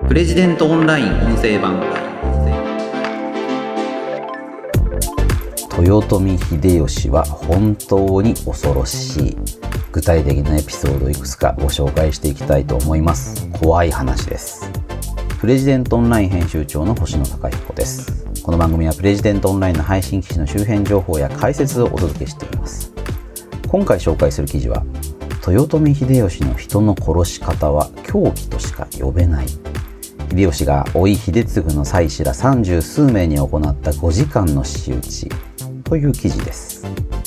プレジデントオンライン音声版。 豊臣秀吉は本当に恐ろしい。具体的なエピソードをいくつかご紹介していきたいと思います。怖い話です。プレジデントオンライン編集長の星野貴彦です。この番組はプレジデントオンラインの配信記事の周辺情報や解説をお届けしています。今回紹介する記事は、豊臣秀吉の人の殺し方は狂気としか呼べない。秀吉が甥秀次の妻子ら30数名に行った5時間の仕打ちという記事です。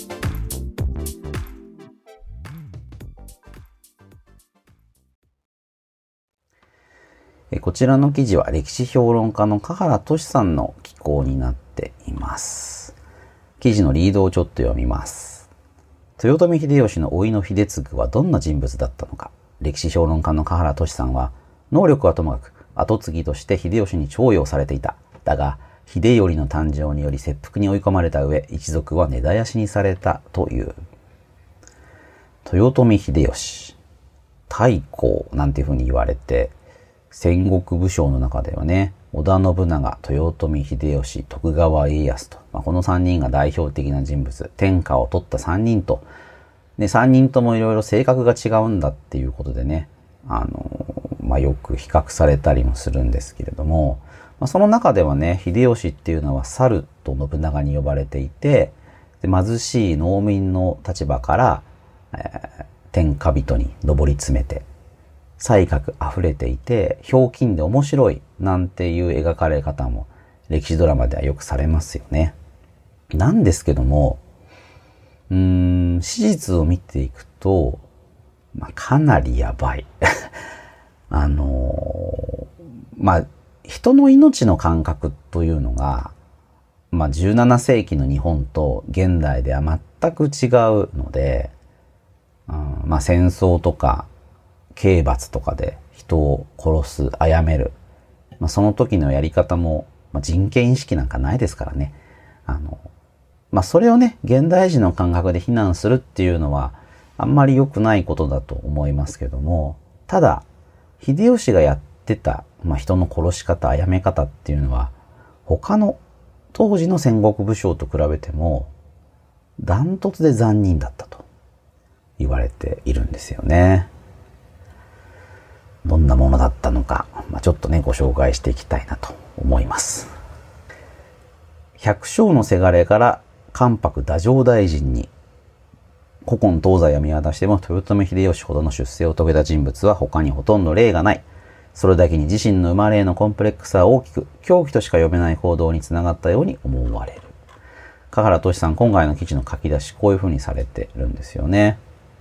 こちらの記事は歴史評論家の香原俊さんの寄稿になっています。記事のリードをちょっと読みます。豊臣秀吉の甥の秀次はどんな人物だったのか。歴史評論家の香原俊さんは、能力はともかく跡継ぎとして秀吉に重用されていた。だが、秀頼の誕生により切腹に追い込まれた上、一族は根絶やしにされたという。豊臣秀吉、太閤なんていうふうに言われて、戦国武将の中ではね、織田信長、豊臣秀吉、徳川家康と、この3人が代表的な人物、天下を取った3人と、3人ともいろいろ性格が違うんだっていうことでね、よく比較されたりもするんですけれども、その中ではね、秀吉っていうのは猿と信長に呼ばれていて、貧しい農民の立場から、天下人に上り詰めて、才覚あふれていて、ひょうきんで面白いなんていう描かれ方も歴史ドラマではよくされますよね。なんですけども、史実を見ていくと、かなりやばい。人の命の感覚というのが、17世紀の日本と現代では全く違うので、戦争とか刑罰とかで人を殺す、殺める。その時のやり方も、人権意識なんかないですからね。それをね、現代人の感覚で非難するっていうのは、あんまり良くないことだと思いますけども、ただ、秀吉がやってた、人の殺し方、殺め方っていうのは、他の当時の戦国武将と比べても、ダントツで残忍だったと言われているんですよね。どんなものだったのか、ちょっとね、ご紹介していきたいなと思います。百姓のせがれから関白太政大臣に、古今東西を見渡しても豊臣秀吉ほどの出世を遂げた人物は他にほとんど例がない。それだけに自身の生まれへのコンプレックスは大きく、狂気としか読めない行動につながったように思われる。香原俊さん、今回の記事の書き出し、こういう風にされてるんですよね。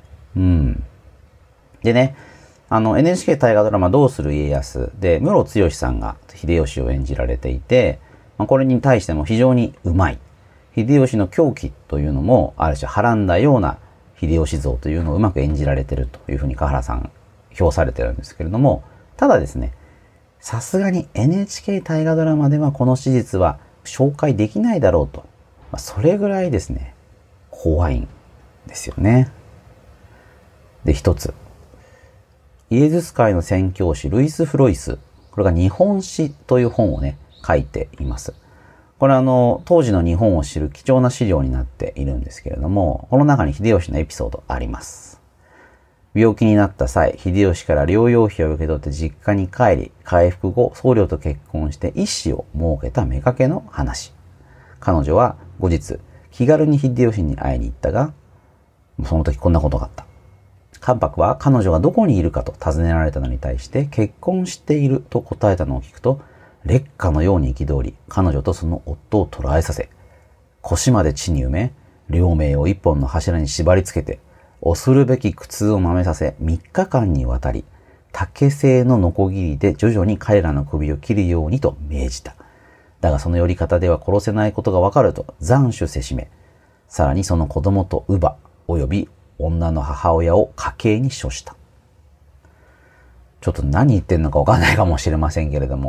でね、NHK 大河ドラマどうする家康で、室剛さんが秀吉を演じられていて、これに対しても非常にうまい。秀吉の狂気というのも、ある種はらんだような秀吉像というのをうまく演じられているというふうに香原さん評されてるんですけれども、ただですね、さすがに NHK 大河ドラマではこの史実は紹介できないだろうと。それぐらいですね、怖いんですよね。で、一つ。イエズス会の宣教師ルイス・フロイス。これが日本史という本をね、書いています。これは当時の日本を知る貴重な資料になっているんですけれども、この中に秀吉のエピソードあります。病気になった際、秀吉から療養費を受け取って実家に帰り、回復後、僧侶と結婚して一子を設けた妾の話。彼女は後日、気軽に秀吉に会いに行ったが、その時こんなことがあった。関白は彼女がどこにいるかと尋ねられたのに対して、結婚していると答えたのを聞くと、烈火のように憤り、彼女とその夫を捕らえさせ、腰まで地に埋め、両名を一本の柱に縛り付けて、恐るべき苦痛をまめさせ、3日間にわたり、竹製のノコギリで徐々に彼らの首を切るようにと命じた。だがその寄り方では殺せないことがわかると斬首せしめ、さらにその子供と乳母、及び女の母親を家計に処した。ちょっと何言ってんのかわかんないかもしれませんけれども、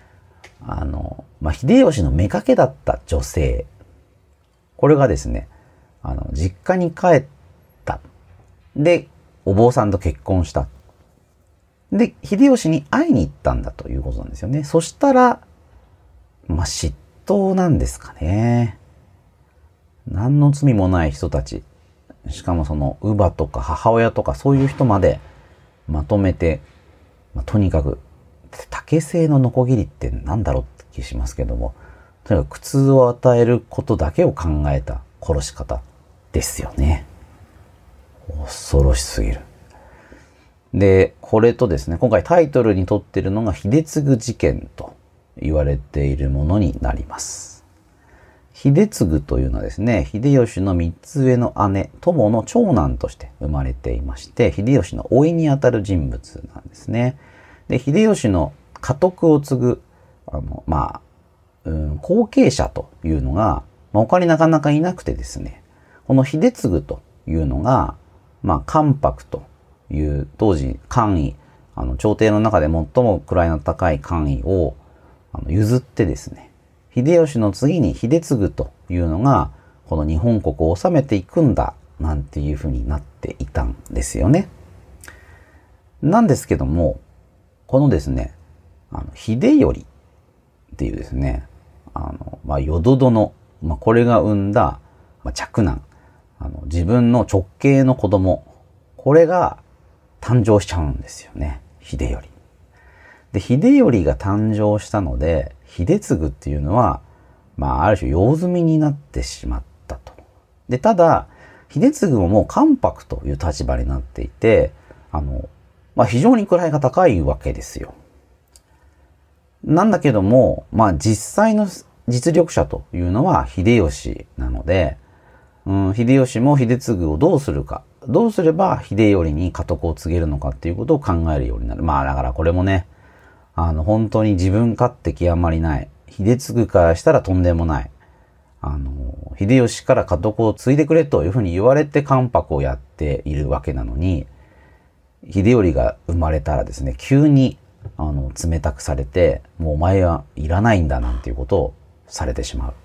秀吉の妾だった女性、これがですね、実家に帰った。で、お坊さんと結婚した。 で、秀吉に会いに行ったんだということなんですよね。そしたら、嫉妬なんですかね。何の罪もない人たち、しかもその乳母とか母親とかそういう人までまとめて、とにかく竹製のノコギリってなんだろうって気しますけども、とにかく苦痛を与えることだけを考えた殺し方ですよね。恐ろしすぎる。で、これとですね、今回タイトルにとっているのが秀次事件と言われているものになります。秀次というのはですね、秀吉の3つ上の姉、友の長男として生まれていまして、秀吉の甥にあたる人物なんですね。で、秀吉の家督を継ぐ、後継者というのが、他になかなかいなくてですね、この秀次というのが、関白という当時官位、朝廷の中で最も位の高い官位を譲ってですね、秀吉の次に秀次というのが、この日本国を治めていくんだ、なんていうふうになっていたんですよね。なんですけども、このですね、秀頼っていうですね、淀殿、これが産んだ、嫡男、自分の直系の子供、これが誕生しちゃうんですよね、秀頼。で、秀頼が誕生したので、秀次っていうのは、ある種用済みになってしまったと。で、ただ、秀次ももう関白という立場になっていて、非常に位が高いわけですよ。なんだけども、実際の実力者というのは秀吉なので、秀吉も秀次をどうするか、どうすれば秀頼に家督を継げるのかっていうことを考えるようになる。だからこれもね、本当に自分勝手極まりない。秀次からしたらとんでもない。秀吉から家督を継いでくれというふうに言われて関白をやっているわけなのに、秀頼が生まれたらですね、急に冷たくされて、もうお前はいらないんだなんていうことをされてしまう。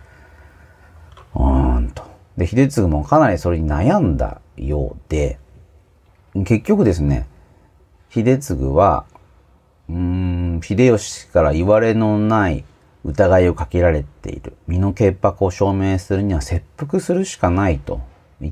で、秀次もかなりそれに悩んだようで、結局ですね、秀次は、秀吉から言われのない疑いをかけられている。身の潔白を証明するには切腹するしかないと言って、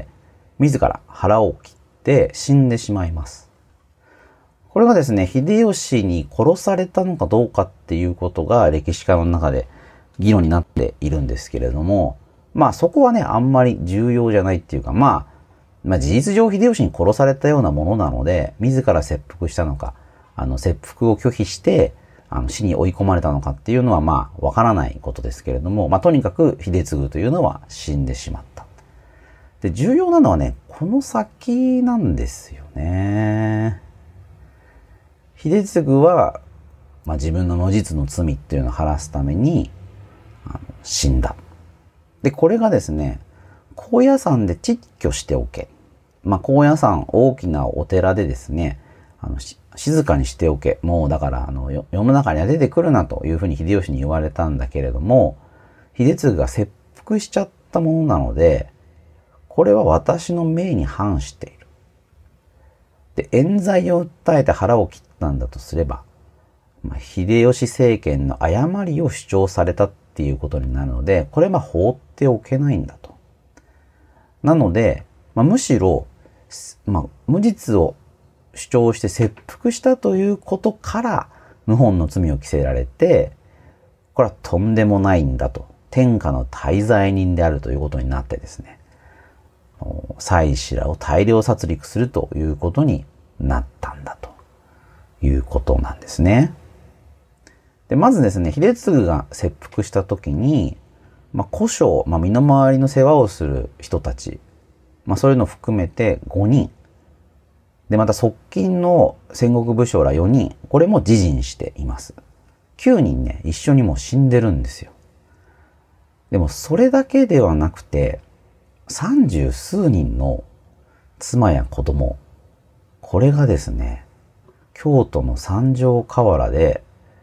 自ら腹を切って死んでしまいます。これがですね、秀吉に殺されたのかどうかっていうことが歴史家の中で議論になっているんですけれども、そこはね、あんまり重要じゃないっていうか、事実上秀吉に殺されたようなものなので、自ら切腹したのか、切腹を拒否して、死に追い込まれたのかっていうのはわからないことですけれども、とにかく秀次というのは死んでしまった。で、重要なのはね、この先なんですよね。秀次は、自分の無実の罪っていうのを晴らすために、死んだ。で、これがですね、高野山で蟄居しておけ。高野山、大きなお寺でですね、静かにしておけ。もうだから、世の中には出てくるなというふうに秀吉に言われたんだけれども、秀次が切腹しちゃったものなので、これは私の命に反している。で、冤罪を訴えて腹を切ったんだとすれば、秀吉政権の誤りを主張されたっていうことになるので、これは放っておけないんだと。なので、むしろ、無実を主張して切腹したということから、謀反の罪を着せられて、これはとんでもないんだと。天下の大罪人であるということになってですね、妻子らを大量殺戮するということになったんだということなんですね。で、まずですね、秀次が切腹した時に、小姓、身の回りの世話をする人たち、そういうのを含めて5人。で、また側近の戦国武将ら4人、これも自尽しています。9人ね、一緒にもう死んでるんですよ。でもそれだけではなくて、30数人の妻や子供、これがですね、京都の三条河原で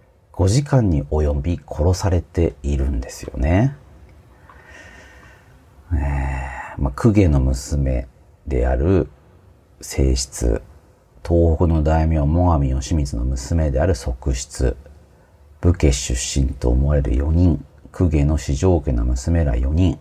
5時間に及び殺されているんですよね。公家の娘である正室東北の大名最上義満の娘である側室、武家出身と思われる4人、公家の四条家の娘ら4人。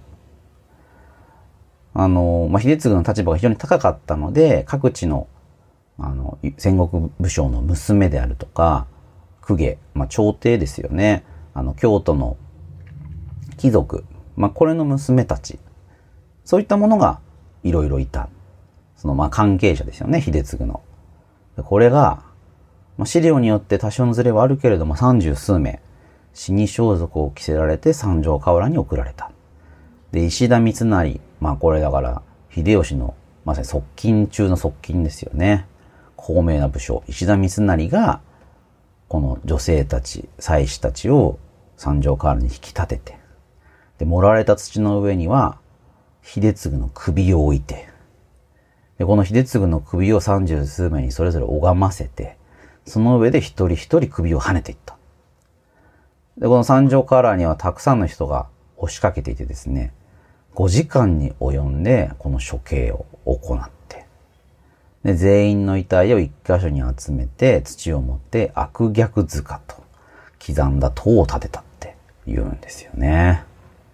秀次の立場が非常に高かったので、各地の、戦国武将の娘であるとか、公家、朝廷ですよね。京都の貴族、これの娘たち。そういったものがいろいろいた。その、関係者ですよね、秀次の。これが、資料によって多少のズレはあるけれども、30数名、死に装束を着せられて三条河原に送られた。で、石田三成、これだから、秀吉の、まさに側近中の側近ですよね。高名な武将、石田三成が、この女性たち、妻子たちを三条河原に引き立てて、で、盛られた土の上には、秀次の首を置いて、で、この秀次の首を30数名にそれぞれ拝ませて、その上で一人一人首を跳ねていった。で、この三条河原にはたくさんの人が押しかけていてですね、5時間に及んでこの処刑を行って、で、全員の遺体を一箇所に集めて土を持って悪逆塚と刻んだ塔を建てたって言うんですよね。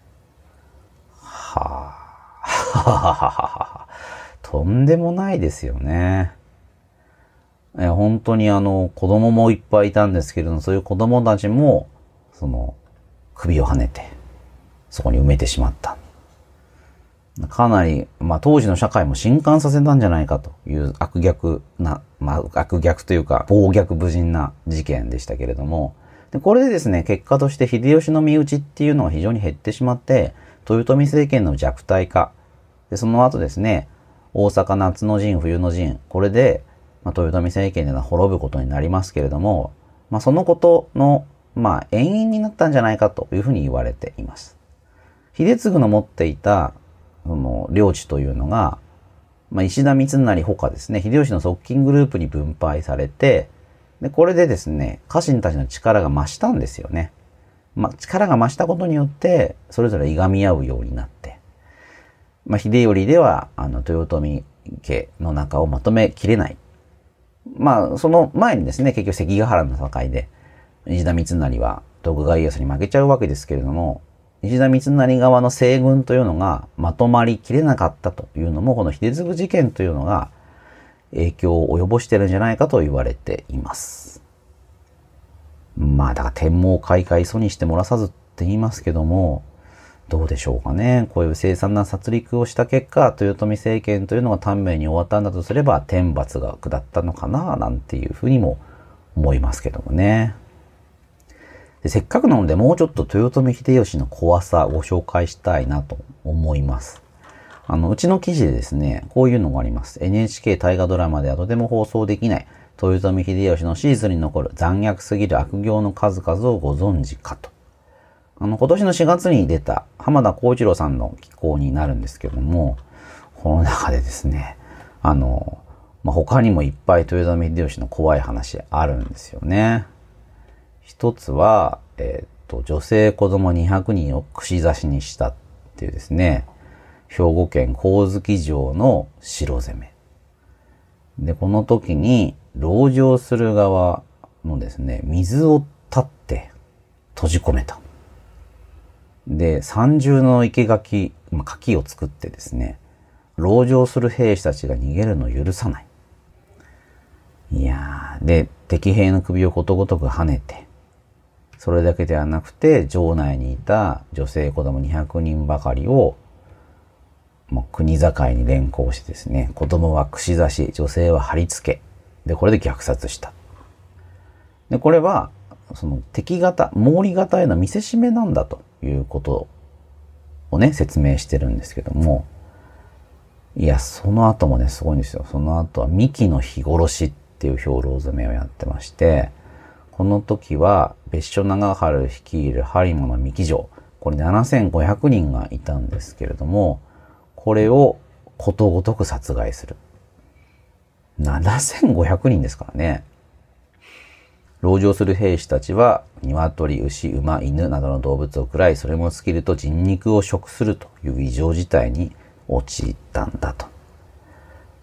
とんでもないですよね。本当に子供もいっぱいいたんですけれども、そういう子供たちも、首を跳ねて、そこに埋めてしまった。かなり、当時の社会も震撼させたんじゃないかという悪逆というか、暴虐無人な事件でしたけれども、でこれでですね、結果として秀吉の身内っていうのは非常に減ってしまって、豊臣政権の弱体化。で、その後ですね、大阪夏の陣、冬の陣、これで、豊臣政権では滅ぶことになりますけれども、そのことの、遠因になったんじゃないかというふうに言われています。秀次の持っていた、領地というのが、石田三成ほかですね、秀吉の側近グループに分配されて、で、これでですね、家臣たちの力が増したんですよね。力が増したことによって、それぞれいがみ合うようになって、秀頼では、豊臣家の中をまとめきれない。その前にですね、結局関ヶ原の戦いで、石田三成は徳川家康に負けちゃうわけですけれども、石田三成側の西軍というのがまとまりきれなかったというのも、この秀次事件というのが影響を及ぼしてるんじゃないかと言われています。だから天網恢恢疎にして漏らさずって言いますけども、どうでしょうかね。こういう凄惨な殺戮をした結果、豊臣政権というのが短命に終わったんだとすれば、天罰が下ったのかな、なんていうふうにも思いますけどもね。で、せっかくなので、もうちょっと豊臣秀吉の怖さをご紹介したいなと思います。うちの記事でですね、こういうのがあります。NHK 大河ドラマではとても放送できない、豊臣秀吉のシーズンに残る残虐すぎる悪行の数々をご存知かと。今年の4月に出た浜田幸一郎さんの寄稿になるんですけども、この中でですね、他にもいっぱい豊臣秀吉の怖い話あるんですよね。一つは、女性子供200人を串刺しにしたっていうですね、兵庫県神月城の城攻め。で、この時に、籠城する側のですね、水を断って閉じ込めた。で、三重の生垣、垣を作ってですね、籠城する兵士たちが逃げるのを許さない。いやー、で、敵兵の首をことごとく跳ねて、それだけではなくて、城内にいた女性子供200人ばかりを、国境に連行してですね、子供は串刺し、女性は貼り付け、で、これで虐殺した。で、これは、敵方、毛利方への見せしめなんだということをね、説明してるんですけども、いや、その後もね、すごいんですよ。その後は、三木の日殺しっていう兵糧攻めをやってまして、この時は、別所長春率いる播磨の三木城、これ7500人がいたんですけれども、これをことごとく殺害する。7500人ですからね。籠城する兵士たちは、鶏、牛、馬、犬などの動物を食らい、それも尽きると人肉を食するという異常事態に陥ったんだと。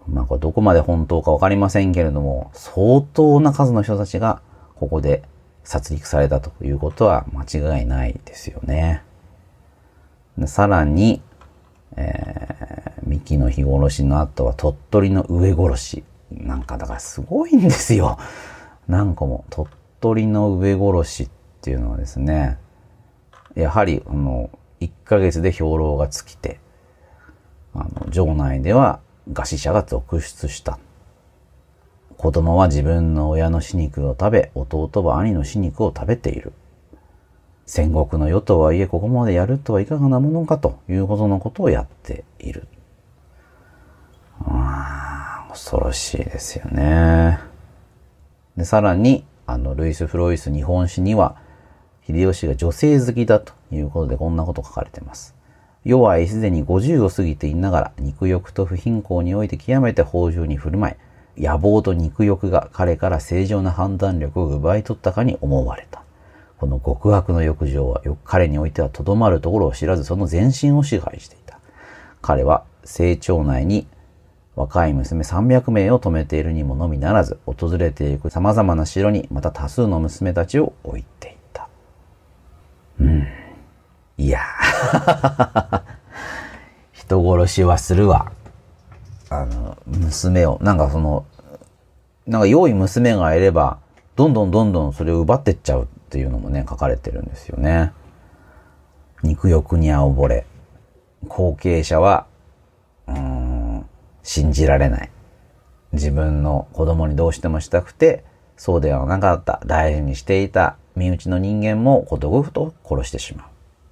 これどこまで本当かわかりませんけれども、相当な数の人たちがここで殺戮されたということは間違いないですよね。でさらに、三木の日殺しの後は鳥取の上殺し。だからすごいんですよ。何個も。鳥取の上殺しっていうのはですね、やはり1ヶ月で兵糧が尽きて、城内では餓死者が続出した。子供は自分の親の死肉を食べ、弟は兄の死肉を食べている。戦国の世とはいえここまでやるとはいかがなものかというほどのことをやっている。恐ろしいですよね。で、さらに、ルイス・フロイス日本史には、秀吉が女性好きだということでこんなこと書かれています。世はすでに50を過ぎていながら、肉欲と不貧困において極めて豊穣に振る舞い、野望と肉欲が彼から正常な判断力を奪い取ったかに思われた。この極悪の欲情は彼においてはとどまるところを知らずその全身を支配していた。彼は清張内に若い娘300名を止めているにものみならず、訪れていく様々な城にまた多数の娘たちを置いていた。いや人殺しはするわ。娘を、良い娘がいれば、どんどんそれを奪ってっちゃうっていうのもね、書かれてるんですよね。肉欲にあおぼれ。後継者は、信じられない。自分の子供にどうしてもしたくて、そうではなかった、大事にしていた身内の人間もことごと殺してしまう。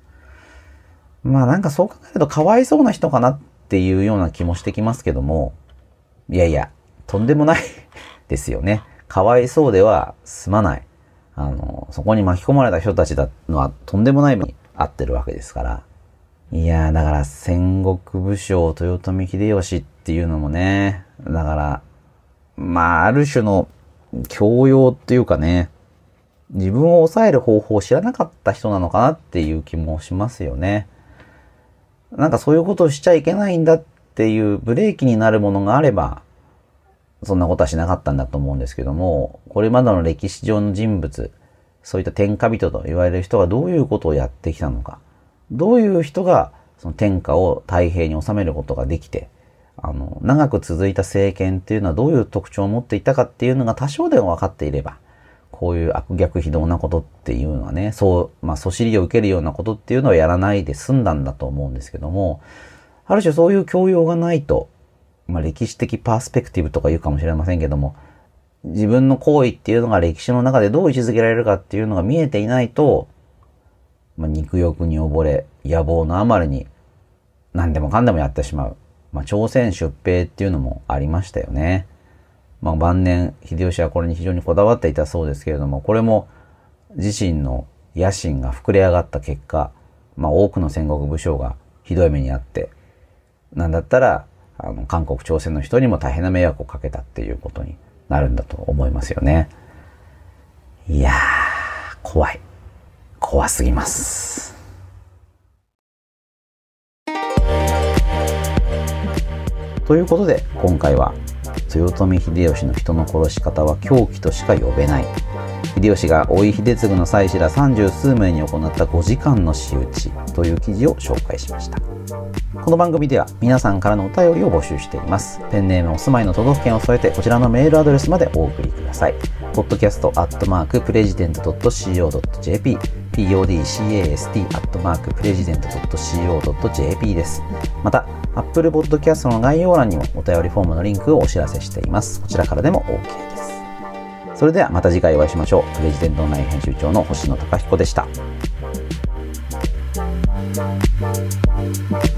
そう考えるとかわいそうな人かなっていうような気もしてきますけども、いや、とんでもないですよね。かわいそうでは済まない。そこに巻き込まれた人たちだのはとんでもない目に遭ってるわけですから。いやだから戦国武将豊臣秀吉っていうのもね、だから、ある種の教養っていうかね、自分を抑える方法を知らなかった人なのかなっていう気もしますよね。そういうことをしちゃいけないんだっていうブレーキになるものがあれば、そんなことはしなかったんだと思うんですけども、これまでの歴史上の人物、そういった天下人と言われる人がどういうことをやってきたのか、どういう人がその天下を太平に収めることができて、長く続いた政権っていうのはどういう特徴を持っていたかっていうのが多少でも分かっていれば、こういう悪逆非道なことっていうのはね、そしりを受けるようなことっていうのはやらないで済んだんだと思うんですけども、ある種そういう教養がないと、歴史的パースペクティブとか言うかもしれませんけども、自分の行為っていうのが歴史の中でどう位置づけられるかっていうのが見えていないと、肉欲に溺れ、野望のあまりに何でもかんでもやってしまう。朝鮮出兵っていうのもありましたよね。晩年、秀吉はこれに非常にこだわっていたそうですけれども、これも自身の野心が膨れ上がった結果、多くの戦国武将がひどい目にあって、なんだったら、韓国朝鮮の人にも大変な迷惑をかけたっていうことになるんだと思いますよね。いやー、怖い。怖すぎます。ということで、今回は豊臣秀吉の人の殺し方は狂気としか呼べない。秀吉が甥秀次の妻子ら30数名に行った5時間の仕打ちという記事を紹介しました。この番組では皆さんからのお便りを募集しています。ペンネーム、お住まいの都道府県を添えてこちらのメールアドレスまでお送りください。podcast@president.co.jp podcast@president.co.jp です。また、Apple Podcast の概要欄にもお便りフォームのリンクをお知らせしています。こちらからでも OK です。それではまた次回お会いしましょう。プレジデントオンライン編集長の星野貴彦でした。